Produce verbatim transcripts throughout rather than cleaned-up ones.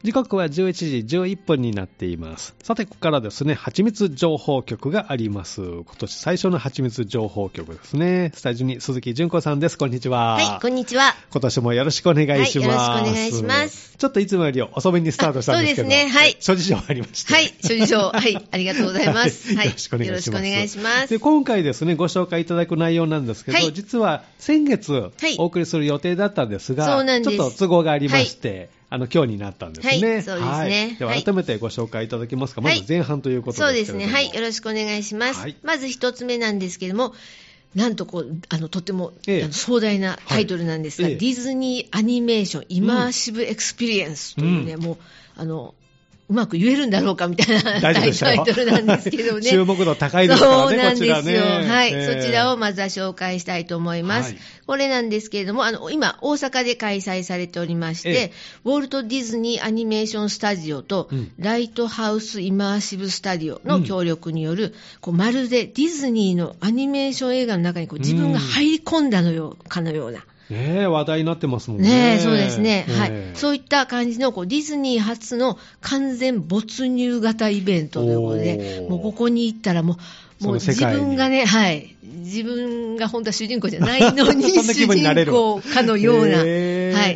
時刻はじゅういちじじゅういっぷんになっています。さて、ここからですね、はちみつ情報局があります。今年最初のはちみつ情報局ですね。スタジオに鈴木純子さんです。こんにちは。 はい、こんにちは。 今年もよろしくお願いします。 はい、よろしくお願いします。 ちょっといつもより遅めにスタートしたんですけど、 そうですね、はい。 諸事情ありまして。 はい、諸事情、はい、ありがとうございます。はい、 よろしくお願いします。 よろしくお願いします。 で、今回ですね、ご紹介いただく内容なんですけど、はい、実は先月お送りする予定だったんですが、はい、そうなんです。ちょっと都合がありまして、はいあの今日になったんですね。 はい、そうですね。はい、 では改めてご紹介いただけますか。はい、まず前半ということですけれども、 そうですね。はい、よろしくお願いします。はい、まず一つ目なんですけれども、なんとこうあのとても、ええ、あの壮大なタイトルなんですが、はいええ、ディズニーアニメーションイマーシブエクスペリエンスというね、うん、もうあのうまく言えるんだろうかみたいなタイトルなんですけどね。 注目度高いですからね。 そうなんですよ。 こちらね、 はい、 えー。 そちらをまずは紹介したいと思います。はい、これなんですけれども、あの今大阪で開催されておりまして、えー、ウォルト・ディズニーアニメーションスタジオと、うん、ライトハウス・イマーシブ・スタジオの協力による、うん、こうまるでディズニーのアニメーション映画の中にこう自分が入り込んだのようかのような。 ねえ、話題になってますもんね。 ねえ、そうですね。はい。そういった感じのこうディズニー初の完全没入型イベントということで、もうここに行ったらもう、もう自分がね、はい。自分が本当は主人公じゃないのに、主人公かのような、はい。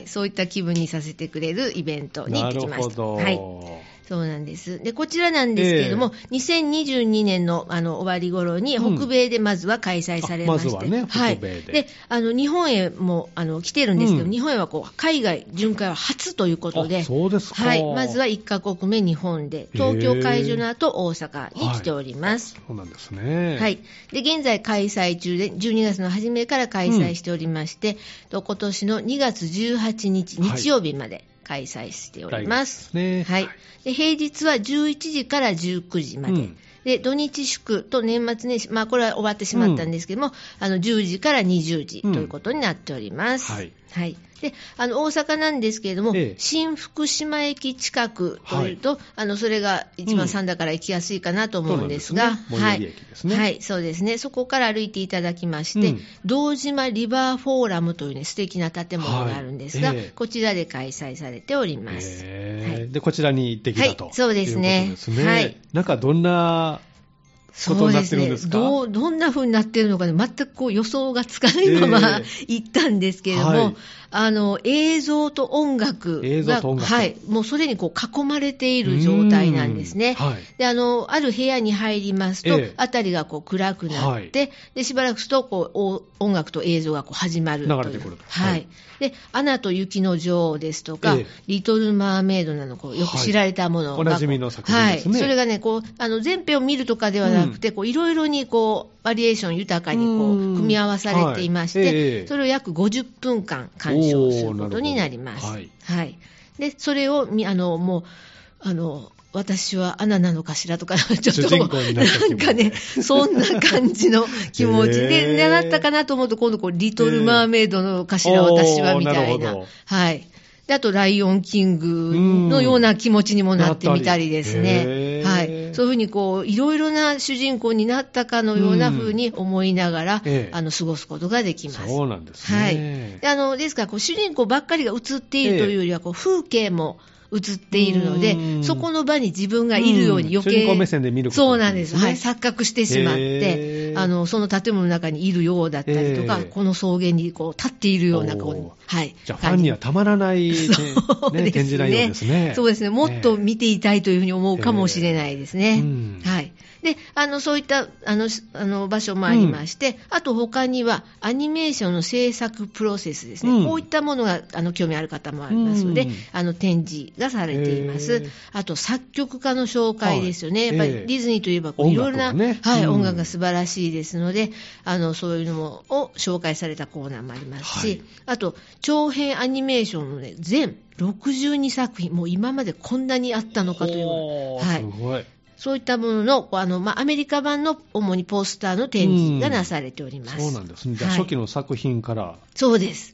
そういった気分にさせてくれるイベントに行ってきました。なるほど。はい。そうなんです。で、こちらなんですけれども、えー、にせんにじゅうにねんの、あの終わり頃に北米でまずは開催されまして、うん、まずはね、北米で。はい、で、あの日本へもあの来てるんですけど、うん、日本へはこう海外巡回は初ということで、 そうですか。 はい、まずはいっかこくめ日本で、東京会場の後大阪に来ております。 はい、そうなんですね。 はい。で、現在開催中で、じゅうにがつの初めから開催しておりまして、うん、今年のにがつじゅうはちにち日曜日まで、はい開催しております。ね、はい。で、平日はじゅういちじからじゅうくじまで。うん、で、土日祝と年末年始、まあこれは終わってしまったんですけども、うん、あのじゅうじからにじゅうじということになっております。うん、はい。はい。で、あの大阪なんですけれども、ええ、新福島駅近くというと、はい、あのそれが一番三田から行きやすいかなと思うんですが、 うん、はい、ね、 はい、そうですね。そこから歩いていただきまして、うん、堂島リバーフォーラムというね素敵な建物があるんですが、はいええ、こちらで開催されております。 えーはい、でこちらに行ってきたと、 はい、そうですね。 いうことですね。 はい。 なんかどんなことになってるんですか？ そうですね。どう、どんな風になってるのかね、全くこう予想がつかないまま、えー、行ったんですけれども、はい、あの、映像と音楽が、 映像と音楽。 はい、もうそれにこう囲まれている状態なんですね。はい。で、あの、ある部屋に入りますと、えー、あたりがこう暗くなって、はい、で、しばらくすると、こう、音楽と映像がこう始まるという。 流れてくると。 はい。はい、で、アナと雪の女王ですとか、えー、リトル・マーメイドなどこうよく知られたものが、はい、 おなじみの作品ですね。 はい。それがね、こう、あの、全編を見るとかではなくて、うん、こう、いろいろにこう、バリエーション豊かにこう、組み合わされていまして、はいえー、それを約ごじゅっぷんかん鑑賞することになります。はい。はい。で、それを、あの、もう、あの、私はアナなのかしらとか、ちょっと、なんかね、そんな感じの気持ちで、習ったかなと思うと、今度こう、リトル・マーメイドのかしら、私は、みたいな。はい。で、あと、ライオンキングのような気持ちにもなってみたりですね。はい。そういうふうに、こう、いろいろな主人公になったかのようなふうに思いながら、ええ、あの、過ごすことができます。 そうなんですね。 はい。で、あの、ですから、こう、主人公ばっかりが映っているというよりは、こう、風景も、映っているので、そこの場に自分がいるように余計、 主人公目線で見ることそうなんです。はい。錯覚してしまって、あの、その建物の中にいるようだったりとか、この草原にこう立っているような、こう、はい。 じゃあファンにはたまらない、ね、 そうですね。 展示内容ですね。 そうですね。もっと見ていたいというふうに思うかもしれないですね。はい。で、あの、そういった、あの、あの場所もありまして、うん、あと他には、アニメーションの制作プロセスですね。うん、こういったものが、あの、興味ある方もありますので、うん、あの、展示がされています。あと、作曲家の紹介ですよね。はい、やっぱり、ディズニーといえば、いろいろな、ね、はい、うん、音楽が素晴らしいですので、あの、そういうのを紹介されたコーナーもありますし、はい、あと、長編アニメーションのね、全ろくじゅうにさくひん、もう今までこんなにあったのかという、はい。 すごい。 そういったものの、あの、まあ、アメリカ版の主にポスターの展示がなされております。 そうなんですね。じゃあ、はい、初期の作品から。 そうです。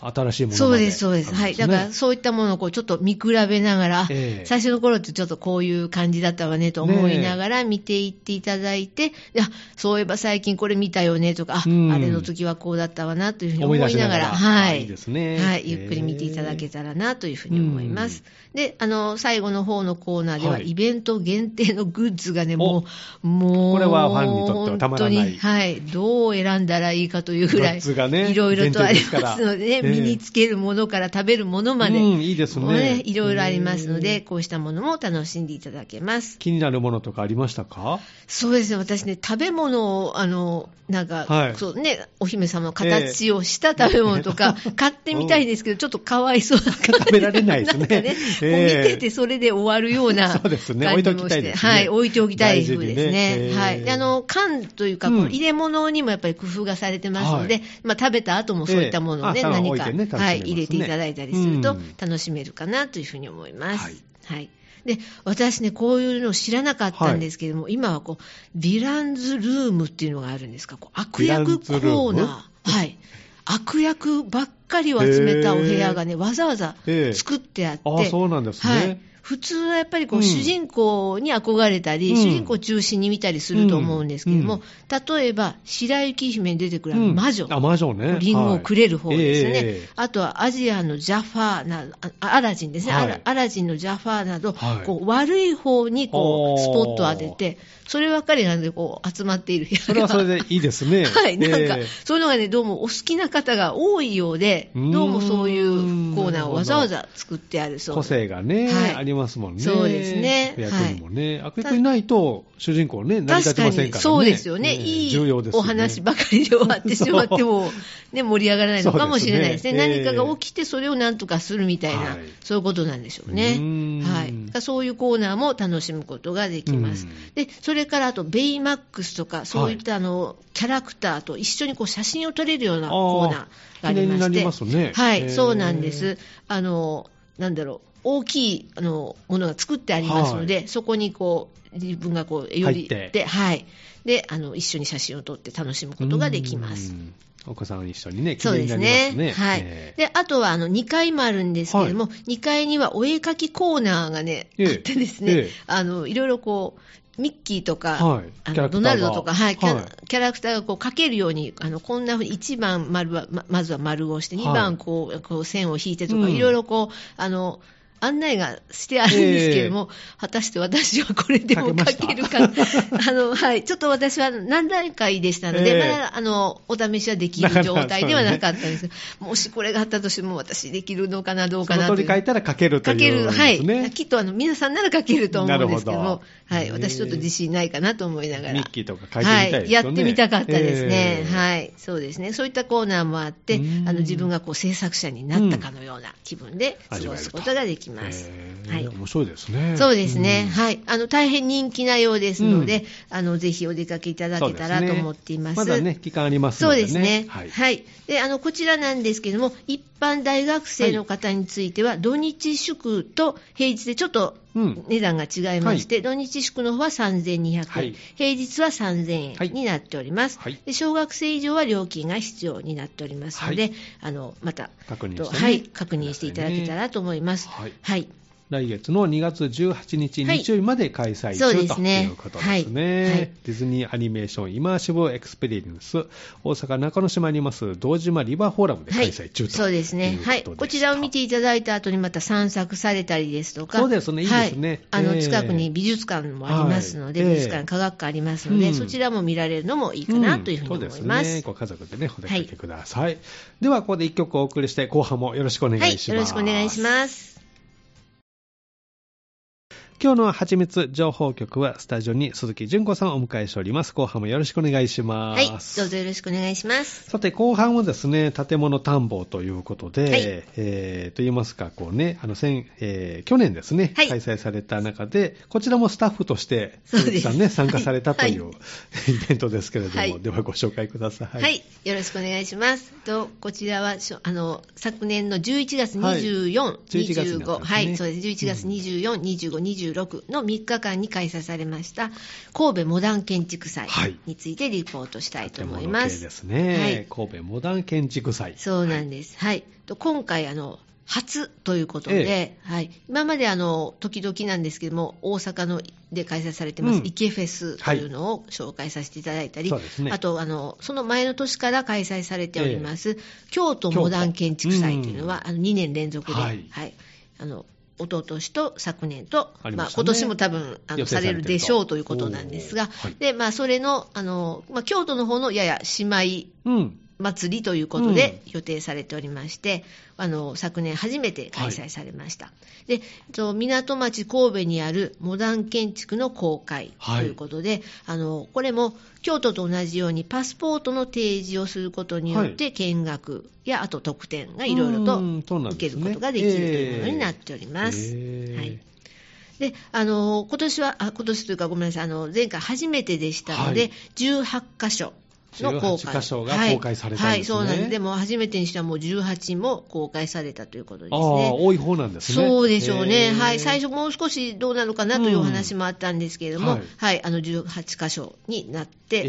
新しいものまで、 そうです、そうです。はい。だからそういったものをこうちょっと見比べながら、 えー、 最初の頃ってちょっとこういう感じだったわねと思いながら見ていっていただいて、ね、いや、そういえば最近これ見たよねとか、あ、うん、あれの時はこうだったわなというふうに思いながら、はい。 いいですね。 はい。ゆっくり見ていただけたらなというふうに思います。で、あの、最後の方のコーナーでは、はい、イベント限定のグッズがね、もう、もう、 これはファンにとってはたまらない。 本当に、はい。どう選んだらいいかというぐらい、 グッズがね、 いろいろとありますのでね、えー、身につけるものから食べるものまで、 うん、いいですね。 ね、いろいろありますので、こうしたものも楽しんでいただけます。 気になるものとかありましたか？ そうですね、私ね、食べ物を、あの、なんか、はい、そうね、お姫様の形をした食べ物とか、えー、買ってみたいですけど、ちょっとかわいそうな感じ食べられないですね。 なんかね、えー、見ててそれで終わるようなそうですね、置いておきたいですね。 はい、置いておきたい風ですね。 ね、 はい。で、あの、缶というか、うん、入れ物にもやっぱり工夫がされてますので、はい、まあ、食べた後もそういったものをね、えー、何か、ね、はい、入れていただいたりすると楽しめるかなというふうに思います。はい。はい。で、私ね、こういうのを知らなかったんですけども、はい、今はこう、ヴィランズルームっていうのがあるんですか、こう悪役コーナー。はい。悪役ばっかりを集めたお部屋がね、わざわざ作ってあって。 あ、そうなんですね。はい。 普通はやっぱりこう、うん、主人公に憧れたり、うん、主人公中心に見たりすると思うんですけども、うん、例えば白雪姫に出てくる魔女、うん、 あ魔女ね、 リンゴをくれる方ですね、はい、 えー、 あとはアジアのジャファーなアラジンですね、はい、アラジンのジャファーなど、はい、こう悪い方にこうスポットを当てて、そればっかりが、ね、こう集まっている部屋が、 それはそれでいいですね。 はい、なんか、えー、そういうのがね、どうもお好きな方が多いようで、どうもそういうコーナーをわざわざ作ってあるそうです。 個性がね、はい、ありますもんね。 そうですね。 悪役にもね、はい、悪役いないと主人公ね、成り立ちませんからね。 そうですよね。えー、いいお話ばかりで終わってしまっても、ね、盛り上がらないのかもしれないですね。すね、何かが起きてそれをなんとかするみたいな、はい、そういうことなんでしょうね。うはい。そういうコーナーも楽しむことができます。で、それからあと、ベイマックスとか、そういったあの、はい、キャラクターと一緒にこう写真を撮れるようなコーナーがありまして。記念になりますね。はい、そうなんです。あの、なんだろう。大きいあのものが作ってありますので、はい、そこにこう自分がこう寄りで、はい、であの一緒に写真を撮って楽しむことができます。 お子さん一緒にね、記念になりますね。 そうですね。はい。えー、で、あとはあのにかいもあるんですけれども、はい、にかいにはお絵描きコーナーがね、えー、あってですね、えー、あのいろいろこうミッキーとか、はい、あのドナルドとか、はい、キャ、はい、キャラクターがこう描けるように、あのこんなふうにいちばん丸は ま, まずは丸をして、にばんこう、こう線を引いてとか、いろいろこうあの案内がしてあるんですけれども、えー、果たして私はこれでも書けるかあの、はい、ちょっと私は何段階でしたので、えー、まだあのお試しはできる状態ではなかったんです、ね、もしこれがあったとしても私できるのかなどうかなという。 その通り書いたら書けるという、ね、書ける、 はい、きっとあの皆さんなら書けると思うんですけども、はい、私ちょっと自信ないかなと思いながら、 ミッキーとか書いてみたいですよね、はい、 やってみたかったですね、えー、はい、そうですね、そういったコーナーもあって、あの自分がこう制作者になったかのような気分で過ごすことができます。 はい、面白いですね。 そうですね、はい、あの大変人気なようですので、うん、あのぜひお出かけいただけたらと思っています。 まだね、期間ありますのでね。 そうですね、はい、はい、であのこちらなんですけども、一般大学生の方については、はい、土日祝と平日でちょっと値段が違いまして、うん、はい、土日祝の方はさんぜんにひゃくえん、はい、平日はさんぜんえんになっております、はい、で小学生以上は料金が必要になっておりますので、はい、あのまた確認して、ね、 はい、確認していただけたらと思います、はい、はい、 来月のにがつじゅうはちにち、日曜日まで開催中、はい、ということですね、はいはい、ディズニーアニメーションイマーシブエクスペリエンス、大阪中之島にあります堂島リバーフォーラムで開催中ということでした、はい、そうですね、はい、 こちらを見ていただいた後にまた散策されたりですとか、 そうですね、いいですね、 はい、あの近くに美術館もありますので、はい、美術館科学館ありますので、えー、そちらも見られるのもいいかなというふうに思います、うん、そうですね、ご家族でねお出かけください、はい、ではここでいっきょくお送りして後半もよろしくお願いします、 はい、よろしくお願いします。 今日のはちみつ情報局はスタジオに鈴木純子さんをお迎えしております。後半もよろしくお願いします。 はい、どうぞよろしくお願いします。 さて後半はですね、建物探訪ということで、はい、えー、と言いますかこうね、あの先、えー、去年ですね、はい、開催された中でこちらもスタッフとして鈴木さんね参加されたという、はい、イベントですけれども、はい、ではご紹介ください。 はい、よろしくお願いします。とこちらはあの昨年のじゅういちがつにじゅうよっか、はい、にじゅうご、はい、そうです。じゅういちがつにじゅうよっか、にじゅうご、にじゅううろくのみっかかんに開催されました神戸モダン建築祭についてリポートしたいと思います。 建物系ですね、はい、神戸モダン建築祭。 そうなんです。はい。と今回あの初ということで、ええ、はい、今まであの時々なんですけども大阪ので開催されてます、うん、イケフェスというのを紹介させていただいたり、はい、ね、あとあのその前の年から開催されております、え、京都モダン建築祭というのは、うん、あのにねん連続で、はいはい、あの一昨年と昨年と、ありましたね、まあ、今年も多分あのされるでしょうということなんですが、はい、でまあ、それの、あの、まあ、京都の方のやや姉妹、うん祭りということで予定されておりまして、うん、あの昨年初めて開催されました、はい、で港町神戸にあるモダン建築の公開ということで、はい、あのこれも京都と同じようにパスポートの提示をすることによって見学やあと特典がいろいろと受けることができるというものになっております。はい、であの今年はあ今年というかごめんなさい、あの前回初めてでしたので、はい、じゅうはちかしょの公開、 じゅうはちかしょが公開されたんですね。はい、はい、 そうなんです。でも初めてにしてはもうじゅうはちも公開されたということですね。ああ、多い方なんですね。 そうでしょうね。はい、最初もう少しどうなのかなというお話もあったんですけれども、うん、はい、はい、あのじゅうはちかしょになって、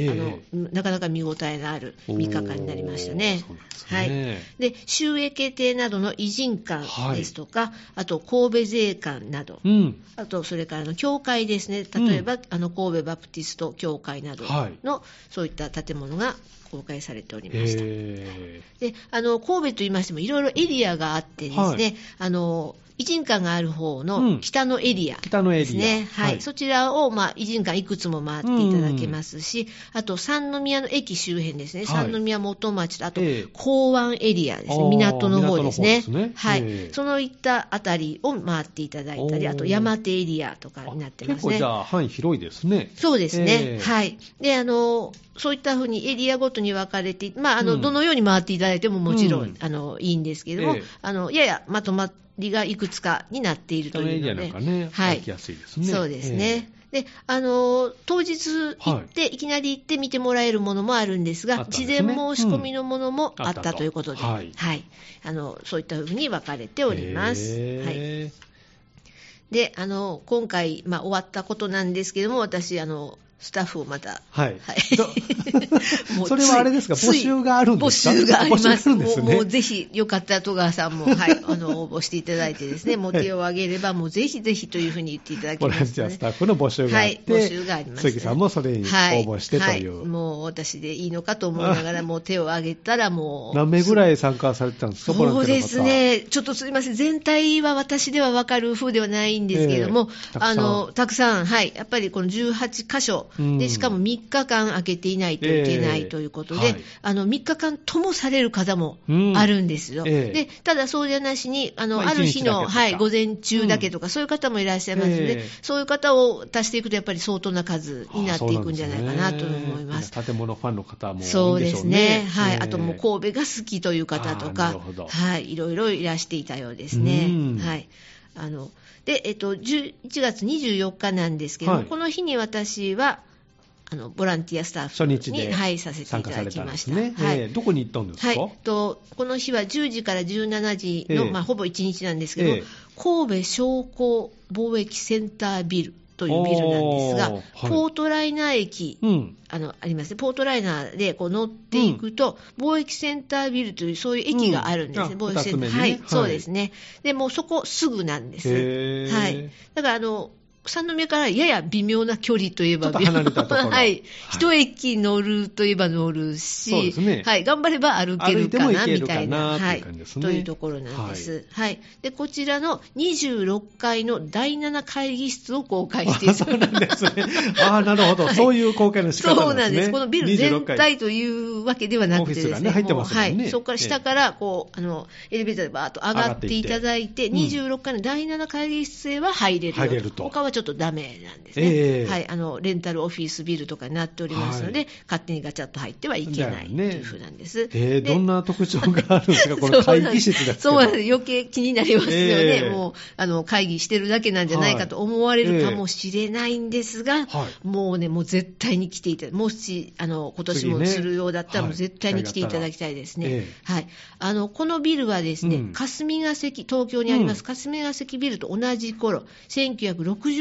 あのなかなか見応えのあるみっかかんになりましたね。そうなんですね。はい。で、収益亭などの偉人館ですとか、はい、あと神戸税関など、うん、あとそれからの教会ですね。例えば、うん、あの神戸バプティスト教会などの、はい、そういった建物が公開されておりました。で、あの神戸といいましてもいろいろエリアがあってですね、はい、あの偉人館がある方の北のエリアですね、うん、北のエリア、はいはい、そちらを、まあ、偉人館いくつも回っていただけますし、うん、あと三宮の駅周辺ですね、はい、三宮元町とあと港湾エリアですね、港の方ですね、ですね、はい、そのいったあたりを回っていただいたり、あと山手エリアとかになってますね。 結構じゃあ範囲広いですね。 そうですね、はい。で、あのそういったふうにエリアごとに分かれて、まあ、あの、うん、どのように回っていただいてももちろん、うん、あのいいんですけれども、ええ、あのややまとまりがいくつかになっているというので、 北のエリアなんかね、はい、行きやすいですね。 そうですね。ええ、で、あの当日行って、はい、いきなり行って見てもらえるものもあるんですが、事前申し込みのものもあったということで、うん、はい、はい、あのそういったふうに分かれております。はい、で、あの今回、まあ、終わったことなんですけれども、私あのスタッフをまた、 はい。はい、もうそれはあれですか、募集があるんですか？ 募集があります。 募集があるんですね。 もう、もうぜひ、よかったら戸川さんも、はい、あの、応募していただいてですね、もう手を挙げれば、もうぜひぜひというふうに言っていただきます、ね。ボランティアスタッフの募集があって、はい、募集があります、ね。杉さんもそれに応募してという。はいはい、もう私でいいのかと思いながら、もう手を挙げたらもう。 何名ぐらい参加されてたんですか？ボランティアの方。 そうですね。ちょっとすみません。全体は私では分かる風ではないんですけれども、えー、あの、たくさん、はい。やっぱりこのじゅうはちかしょ、うん、で、しかもみっかかん空けていないといけないということで、えーはい、あのみっかかんともされる方もあるんですよ、うんえー、でただそうじゃなしに あの、まあ、ある日の、はい、午前中だけとか、うん、そういう方もいらっしゃいますので、えー、そういう方を足していくとやっぱり相当な数になっていくんじゃないかなと思います。 建物ファンの方も多いんでしょうね。そうですね、はい、あともう神戸が好きという方とか、はい、いろいろいらしていたようですね。はい、あので、えっと、じゅういちがつにじゅうよっかなんですけども、はい、この日に私はあのボランティアスタッフに初日ではい、させていただきました。 ね、はい、えー、どこに行ったんですか？ はい、とこの日はじゅうじからじゅうしちじの、えーまあ、ほぼいちにちなんですけど、えー、神戸商工貿易センタービルというビルなんですが、はい、ポートライナー駅、うん、あのありますね。ポートライナーでこう乗っていくと、うん、貿易センタービルというそういう駅があるんですね。うん、貿易センター、ね、はい、はい、そうですね。でもうそこすぐなんです。はい。だからあの三宮からやや微妙な距離といえばちょっと離れたところ、 はい、一駅乗るといえば乗るし、 そうですね、 はい、頑張れば歩けるかなみたいな、 はい、という、ね、 というところなんです。はい、はい、でこちらのにじゅうろっかいのだいなな会議室を公開している。 そうなんですね。ああ、なるほど、はい、そういう公開の仕方なんですね。 そうなんです。このビル全体というわけではなくてですね、オフィスがね、 入ってますもんね。 はい、そこから下からこうあのエレベーターでバーッと上がっていただいて、にじゅうろっかいのだいなな会議室へは入れるよと。入れると。他はちょっとダメなんですね。えーはい、あのレンタルオフィスビルとかになっておりますので、はい、勝手にガチャッと入ってはいけない、ね、というふうなんです。 えー、どんな特徴があるんですか、この会議室ですけど。 そうなんです。余計気になりますよね。えー、もうあの会議してるだけなんじゃないかと思われるかもしれないんですが、はい、もうね、もう絶対に来ていただき、もしあの今年もするようだったら、もう絶対に来ていただきたいですね。はいえーはい、あのこのビルはですね、うん、霞が関、東京にあります、うん、霞が関ビルと同じ頃、せんきゅうひゃくろくじゅう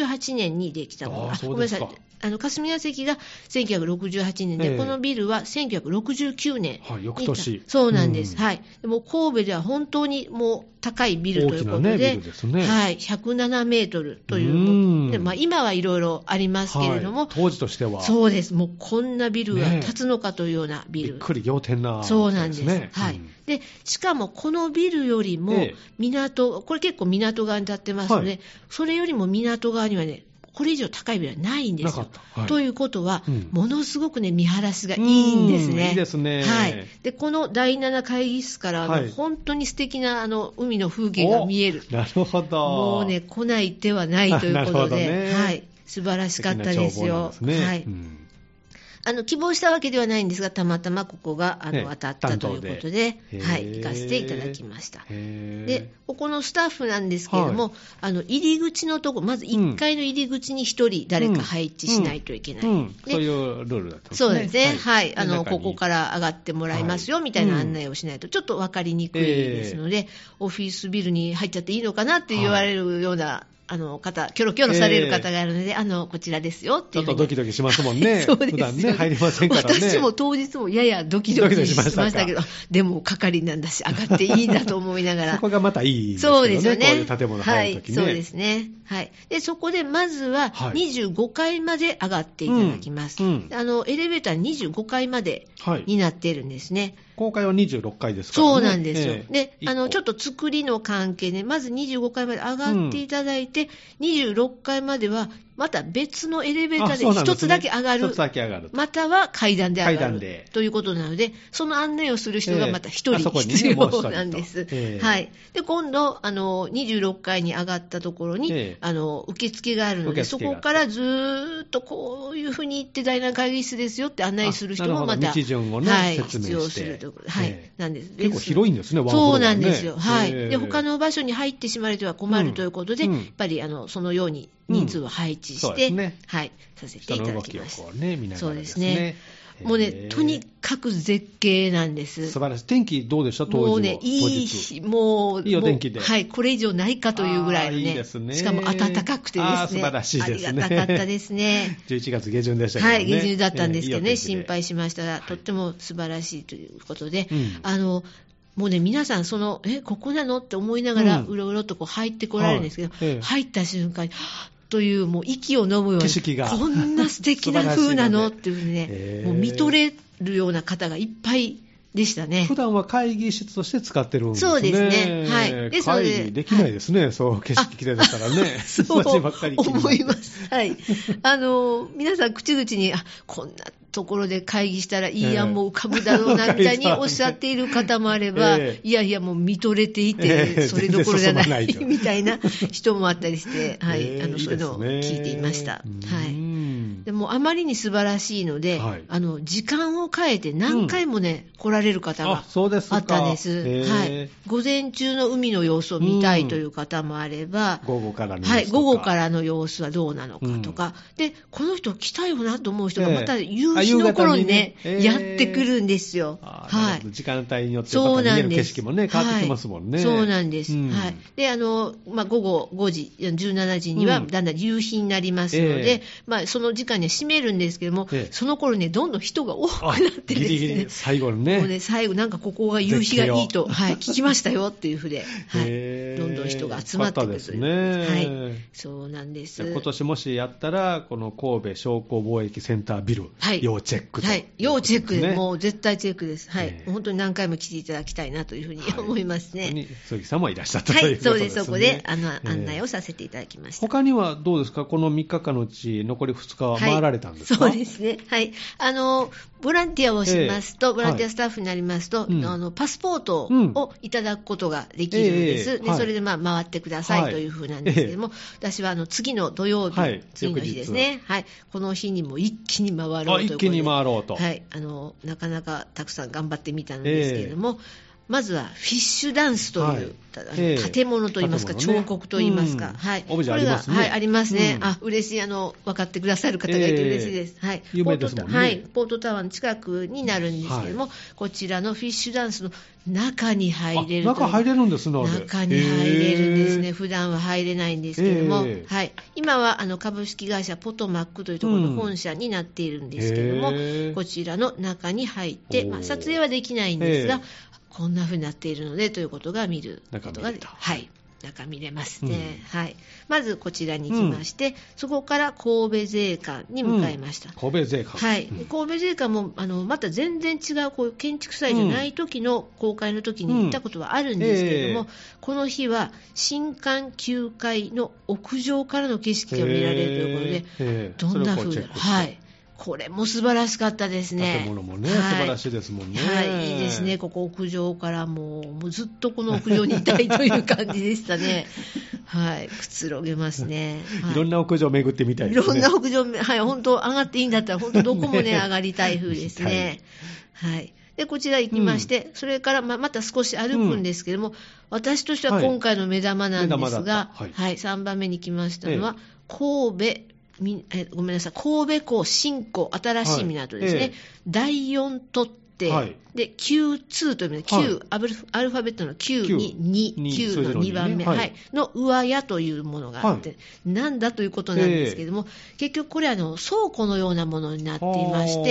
うはちねんにできたもの。 あ、そうですか。 ごめんなさい。あの霞が関がせんきゅうひゃくろくじゅうはちねんで、えー、このビルはせんきゅうひゃくろくじゅうきゅうねん、 はい、翌年。 そうなんです、うん、はい、でも神戸では本当にもう高いビルということで、 大きな、ね、ビルですね、 はい、ひゃくななメートルというで、まあ、今はいろいろありますけれども、はい、 当時としてはそうです、もうこんなビルが建つのかというようなビル、ね、 びっくり仰天な、 そうなんです、はい、うん、でしかもこのビルよりも港、ええ、これ結構港側に建ってますので、はい、それよりも港側にはね、これ以上高いビルはないんですよ。はい、ということは、うん、ものすごくね、見晴らしがいいんですね。 いいですね。 はい。で、このだいなな会議室から、はい、本当に素敵なあの海の風景が見える。 なるほど。 もうね、来ない手はないということで、ね、はい。素晴らしかったですよ。 すね、 はい。うん、あの希望したわけではないんですが、たまたまここがあの、ね、当たったということで、はい、行かせていただきました。で、ここのスタッフなんですけれども、はい、あの入り口のところ、まずいっかいの入り口にひとり誰か配置しないといけない。うんうんうん、 そういうルールだったんですね。 そうですね。はい。はい、あのここから上がってもらいますよ、はい、みたいな案内をしないとちょっと分かりにくいですので、えー、オフィスビルに入っちゃっていいのかなって言われるような、はい、あの方、キョロキョロされる方があるので、えー、あのこちらですよっていう。 ちょっとドキドキしますもんね。 そうです。 普段ね、入りませんからね。 私も当日もややドキドキしましたけど、でも係なんだし、上がっていいんだと思いながら。 そこがまたいいですよね。そうですよね。こういう建物入るときね。 はい、そうですね。はい。で、そこでまずはにじゅうごかいまで上がっていただきます。はい、うんうん、あのエレベーターにじゅうごかいまでになっているんですね。はい、 公開はにじゅうろっかいですからね。 そうなんですよ。えー、で、あの、ちょっと作りの関係で、まずにじゅうごかいまで上がっていただいて、うん、にじゅうろっかいまでは、また別のエレベーターで一つだけ上がる。 一つだけ上がる。 または階段で上がる。ということなので、その案内をする人がまた一人必要なんです。えー、はい。で、今度、あの、にじゅうろっかいに上がったところに、えー、あの、受付があるので、そこからずーっとこういうふうに行ってだいなな会議室ですよって案内する人もまた、 道順をね、 はい、 説明して。 必要するところ。はい。えー、なんです。 結構広いんですね、ワンフロアね。 そうなんですよ。はい。で、他の場所に入ってしまわれては困るということで、うん、やっぱり、あの、そのように人数を配置して、うんね、はい、させていただきました。 人の動きをこうね、見ながらですね。そうですね。 もうね、とにかく絶景なんです。 素晴らしい。天気どうでした当時は。 もうね、いい日、もう、 いいお天気で。 はい、これ以上ないかというぐらいのね。 いいですね。 しかも暖かくてですね。 あ、素晴らしいですね。 ありがたかったですね。 じゅういちがつ下旬でしたけどね。 はい、下旬だったんですけどね、 えー、いい心配しましたが、とっても素晴らしいということで、 うん、 あの、もうね、皆さん、その、え、ここなのって思いながら、うろうろとこう入ってこられるんですけど、はいええ、入った瞬間に、という、もう息を飲むように、 景色がこんな素敵な風なのっていうふうにね、えー、もう見とれるような方がいっぱいでしたね。 普段は会議室として使ってるんですね。 そうですね。はい。 ですので、会議できないですね。はい、そう、景色きれいだったらね。 そうばっかり思います。はい。あの、皆さん口々に、あ、こんなところで会議したらいい案も浮かぶだろうな、みたいにおっしゃっている方もあれば、えー、いやいやもう見とれていて、えー、それどころじゃない、みたいな人もあったりして、はい。えー、あの、そういうのを聞いていました。はい。でもあまりに素晴らしいので、はい、あの時間を変えて何回もね、うん、来られる方があったんです。はい。午前中の海の様子を見たいという方もあれば、 うん、午後からの様子とか、 はい、午後からの様子はどうなのかとか、うん、でこの人来たよなと思う人がまた夕日の頃にね、えー、やってくるんですよ。 はい。時間帯によってまた見える景色もね変わってきますもんね。 そうなんです。うん、はい。であのまあ午後ごじ、じゅうしちじにはだんだん夕日になりますので、うんえー、まあその時間には閉めるんですけども、ええ、その頃ね、どんどん人が多くなってですね、 ギリギリ最後にね、 もうね、最後なんかここが夕日がいいと、はい、聞きましたよっていうふうで、はい、どんどん人が集まってくるという、 ね、 はい、そうなんです。 今年もしやったら、この神戸商工貿易センタービル、はい、要チェックと、 はい、要チェックで、もう絶対チェックです。はい、本当に何回も来ていただきたいなというふうに思いますね。はい、 鈴木さんもいらっしゃったということですね。はい、そうです。 そこであの案内をさせていただきました。 他にはどうですか、このみっかかんのうち残りふつかは回られたんですか？ はい、そうですね。はい。あの、ボランティアをしますと、えー、ボランティアスタッフになりますと、はい、あのパスポートをいただくことができるんです。うんえー、で、はい、それでまあ回ってくださいというふうなんですけれども、はい、私はあの次の土曜日、はい、次の日ですね。はい。この日にも一気に回ろうということで。 一気に回ろうと。 はい。あの、なかなかたくさん頑張ってみたんですけれども、えーまずはフィッシュダンスという、はいえー、建物といいますか、ね、彫刻といいますか、うんはい、 オブジェありますね。 これが、はい、ありますね、うん、あ嬉しい、あの分かってくださる方がいて嬉しいです、えーはい、 有名ですもんね。 はい、ポートタワーの近くになるんですけども、はい、こちらのフィッシュダンスの中に入れると。 中入れるんですね。 中に入れるんですね。普段は入れないんですけども、えーはい、今はあの株式会社ポトマックというところの本社になっているんですけども、うんえー、こちらの中に入って、まあ、撮影はできないんですが、えーこんな風になっているのでということが見ることがはい、中見れますね、うんはい、まずこちらに行きまして、うん、そこから神戸税関に向かいました、うん、 神戸税関、 はい、神戸税関もあのまた全然違うこういう建築祭じゃない時の公開の時に行ったことはあるんですけれども、うんえー、この日は新館きゅうかいの屋上からの景色が見られるということで、えー、どんな風にはいこれも素晴らしかったですね。 建物もね、はい、素晴らしいですもんね。 はい、いいですね。ここ屋上からもう、もうずっとこの屋上にいたいという感じでしたね。はい、くつろげますね。はい、 いろんな屋上を巡ってみたいですね。 いろんな屋上、はい、本当上がっていいんだったら、本当どこもね、上がりたい風ですね。はい。で、こちら行きまして、うん、それからま、また少し歩くんですけども、うん、私としては今回の目玉なんですが、はい、はい、さんばんめに来ましたのは、ええ、神戸、みえごめんなさい、神戸港新港新しい港ですね、はいええ、だいよん都って、はい、で キューツー という意味で Q、はい、アルファベットの Q にに、きゅうのにばんめ、はいはい、の上屋というものがあって、はい、なんだということなんですけれども、えー、結局これはあの倉庫のようなものになっていまして、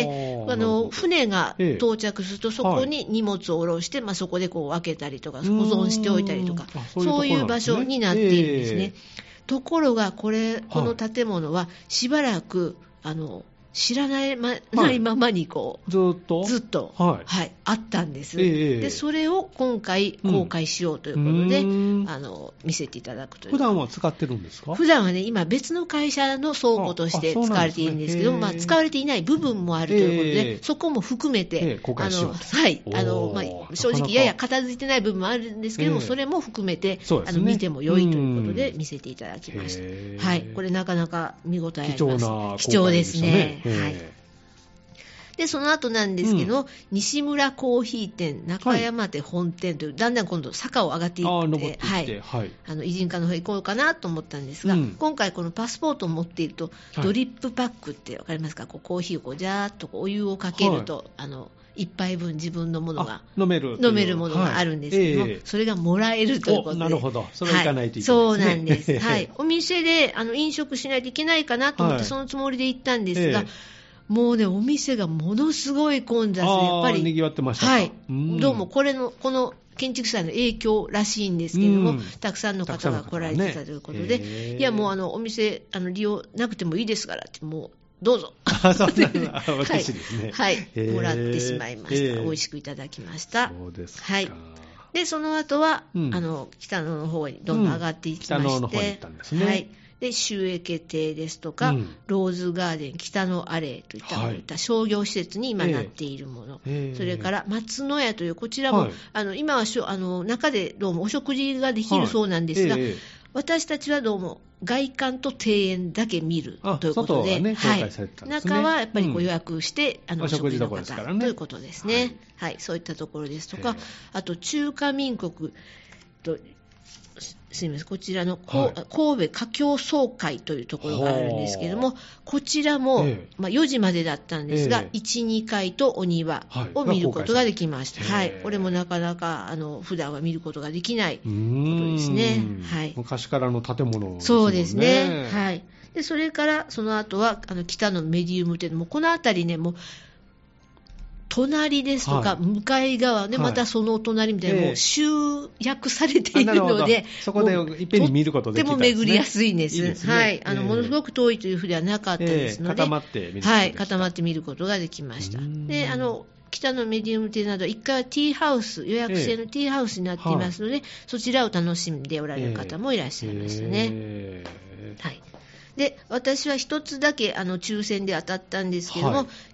あの船が到着するとそこに荷物を下ろして、えーまあ、そこでこう分けたりとか保存しておいたりとか、そういう、そういう場所になっているんですね。えーところがこれ、この建物はしばらく、はい、あの知らないま、はい、ままにこうずっとずっと、 はいはい、あったんです、 えー、 でそれを今回公開しようということで、うん、あの見せていただくという。 普段は使ってるんですか？ 普段はね、今別の会社の倉庫として使われているんですけど、まあ、使われていない部分もあるということで、えー、そこも含めて、 えー、公開しようと。 あの、はい、あの、まあ、正直やや片付いてない部分もあるんですけども、えー、それも含めて、ね、あの見ても良いということで見せていただきました。はい、これなかなか見応えあります。 貴重な公開ですね。 貴重ですね。はい。でその後なんですけど、うん、西村コーヒー店中山手本店という、はい、だんだん今度坂を上がっていって、 登っていって、 はいはい、あの偉人館の方へ行こうかなと思ったんですが、うん、今回このパスポートを持っていると、はい、ドリップパックって分かりますか？こうコーヒーをこうジャーッとこうお湯をかけると、はい、あの一杯分自分のものが飲める飲めるものがあるんですけども、はいえー、それがもらえるということで。 なるほど、それは行かないといけないですね、 はい、そうなんです、はい、お店であの飲食しないといけないかなと思って、はい、そのつもりで行ったんですが、えーもうね、お店がものすごい混雑で、やっぱり賑わってましたか？ はい、どうもこれのこの建築祭の影響らしいんですけれども、たくさんの方が来られてたということで、ね、いやもうあのお店あの利用なくてもいいですからって、もうどうぞあそうなんだ私ですね、 はい、はい、もらってしまいました。美味しくいただきました。 そうですか。 はい、でその後は、うん、あの北野の方にどんどん上がっていきまして、うん、北野の方に行ったんですね。はい、で周英決定ですとか、うん、ローズガーデン北のアレイといった、はい、こういった商業施設に今なっているもの、えー、それから松の屋というこちらも、はい、あの今はしょあの中でどうもお食事ができるそうなんですが、はいえー、私たちはどうも外観と庭園だけ見るということで、ねはい、中はやっぱりご予約して、うん、あのお食事の方、ね、ということですね、はいはい、そういったところですとか、あと中華民国とすみません、こちらの、はい、神戸華僑総会というところがあるんですけれども、こちらも、ええまあ、よじまでだったんですが、ええ、いち、にかいとお庭を見ることができました。はい、これもなかなかあの普段は見ることができないことですね。はい、 昔からの建物ですね。 そうですね。はい。でそれからその後はあの北のメディウム店、もうこの辺りね、もう隣ですとか、はい、向かい側で、またその隣みたいな、はい、もう集約されているので、 そこでいっぺんに見ることできたんですね。 とっても巡りやすいんです。いいですね、はい、あの、えー、ものすごく遠いというふうではなかったですので、 えー、固まって見ることでした。 はい、固まって見ることができました。で、あの北のメディウム店など、いっかいはティーハウス、予約制のティーハウスになっていますので、えーはい、そちらを楽しんでおられる方もいらっしゃいましたね。えーはい、で私は一つだけあの抽選で当たったんですけども、はい、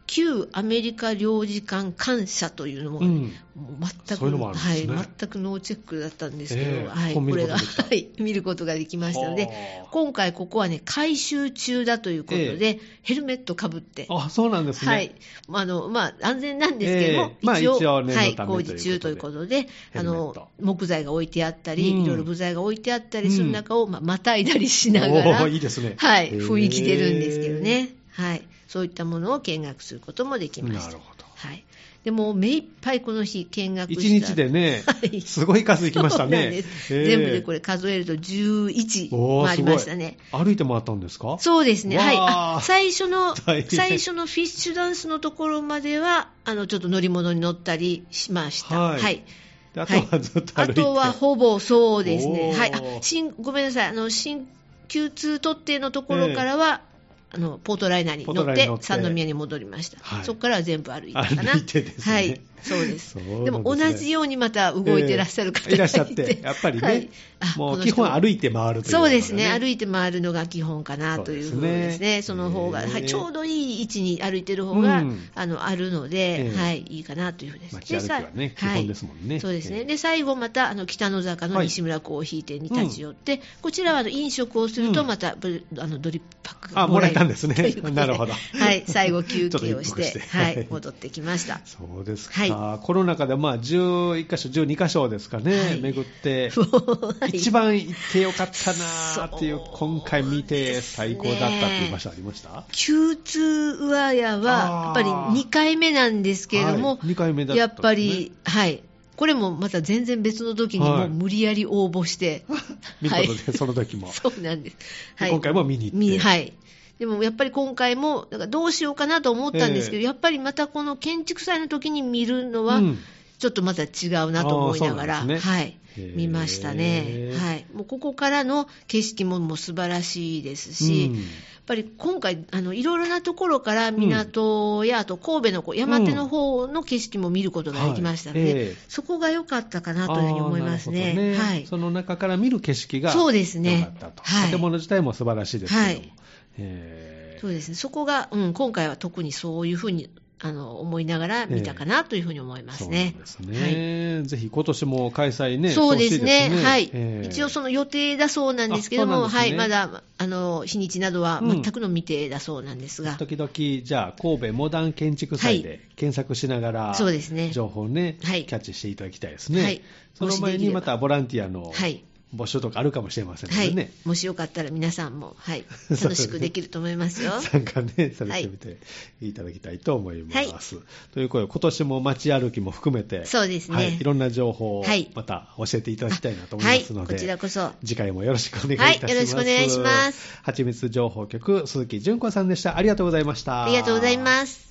旧アメリカ領事館官舎というのも、ね、うん、もう全くそういうのもあるんですね。 はい、全くノーチェックだったんですけど、 えー、 はい、これが、はい、見ることができましたので、今回ここはね、改修中だということで、えー、ヘルメットかぶって、 あ、そうなんですね。 はい、あのまあ、安全なんですけども、 えーまあ、 一応、 一応ね、 はい、工事中ということで、あの木材が置いてあったり、うん、いろいろ部材が置いてあったりする中を、まあ、またいだりしながら、 いいですね、 はい、雰囲気出るんですけどね。はい、そういったものを見学することもできました。 なるほど。 はい、でも目いっぱいこの日見学した。 いちにちでね、はい、すごい数行きましたね。 そうなんです、えー、全部でこれ数えるとじゅういち回りましたね。 歩いて回ったんですか？ そうですね。はい。あ、最初の最初のフィッシュダンスのところまではあのちょっと乗り物に乗ったりしました。はい。はい、 あとはずっと歩いて、はい、 あとはほぼそうですね。はい。あ、新ごめんなさい。あの新急通特定のところからは。えーあのポートライナーに乗って三宮に戻りました、はい、そこからは全部歩いたかな。 歩いてですね、 はい、そうです。そうですね。でも同じようにまた動いてらっしゃる方がいて、えー、いらっしゃってやっぱりね、はい、もう基本歩いて回るという、ね、 そうですね、歩いて回るのが基本かなというふうですね。その方が、はい、ちょうどいい位置に歩いてる方が、うん、あのあるので、えーはい、いいかなというふうです。 街歩きはね、基本ですもんね、はい、 そうですね。で最後またあの北野坂の西村コーヒー店に立ち寄って、はい、うん、こちらはあの飲食をするとまた、うん、あのドリップパックがもらえる、 あ、もらえたんですね。なるほど。 はい、最後休憩をして、してはい、戻ってきました。 そうですか。はい、コロナ禍でまあじゅういっかしょ、じゅうにかしょですかね、はい、巡って、はい、一番行ってよかったなっていう、今回見て最高だったっていう場所ありました？ 九通上屋はやっぱりにかいめなんですけれども、 はい、にかいめだったんですね。 やっぱり、はい。これもまた全然別の時にもう無理やり応募して、 はい、見事で、その時も。 そうなんです。 はい、今回も見に行って。 はい。でもやっぱり今回もだからどうしようかなと思ったんですけど、えー、やっぱりまたこの建築祭の時に見るのはちょっとまた違うなと思いながら、うんね、はい、見ましたね。はい、もうここからの景色ももう素晴らしいですし、うん、やっぱり今回あのいろいろなところから港や、うん、あと神戸のこう山手の方の景色も見ることができましたので、うん、はい、えー、そこが良かったかなというふうに思いますね。 ね、はい、その中から見る景色が良かったと。そうですね。はい、建物自体も素晴らしいですけども。はい、 えー、そうですね。そこが、うん、今回は特にそういうふうにあの思いながら見たかなというふうに思いますね。 えー、そうですね。はい、ぜひ今年も開催ね。 そうですね。ですね、はい、えー。一応その予定だそうなんですけども、ね、はい、まだあの日にちなどは全くの未定だそうなんですが、うん、 時々じゃあ神戸モダン建築祭で検索しながら、はい、そうですね、情報をね、はい、キャッチしていただきたいですね。はい、その前にまたボランティアの、はい、募集とかあるかもしれませんのでね、はい、 もしよかったら皆さんも、はい、楽しくできると思いますよ。 参加ね、されてみていただきたいと思います。はい、ということで、今年も街歩きも含めて、 そうですね、 はい、いろんな情報をまた教えていただきたいなと思いますので、 はい、こちらこそ次回もよろしくお願いいたします。はい、よろしくお願いします。はちみつ情報局、鈴木純子さんでした。ありがとうございました。 ありがとうございます。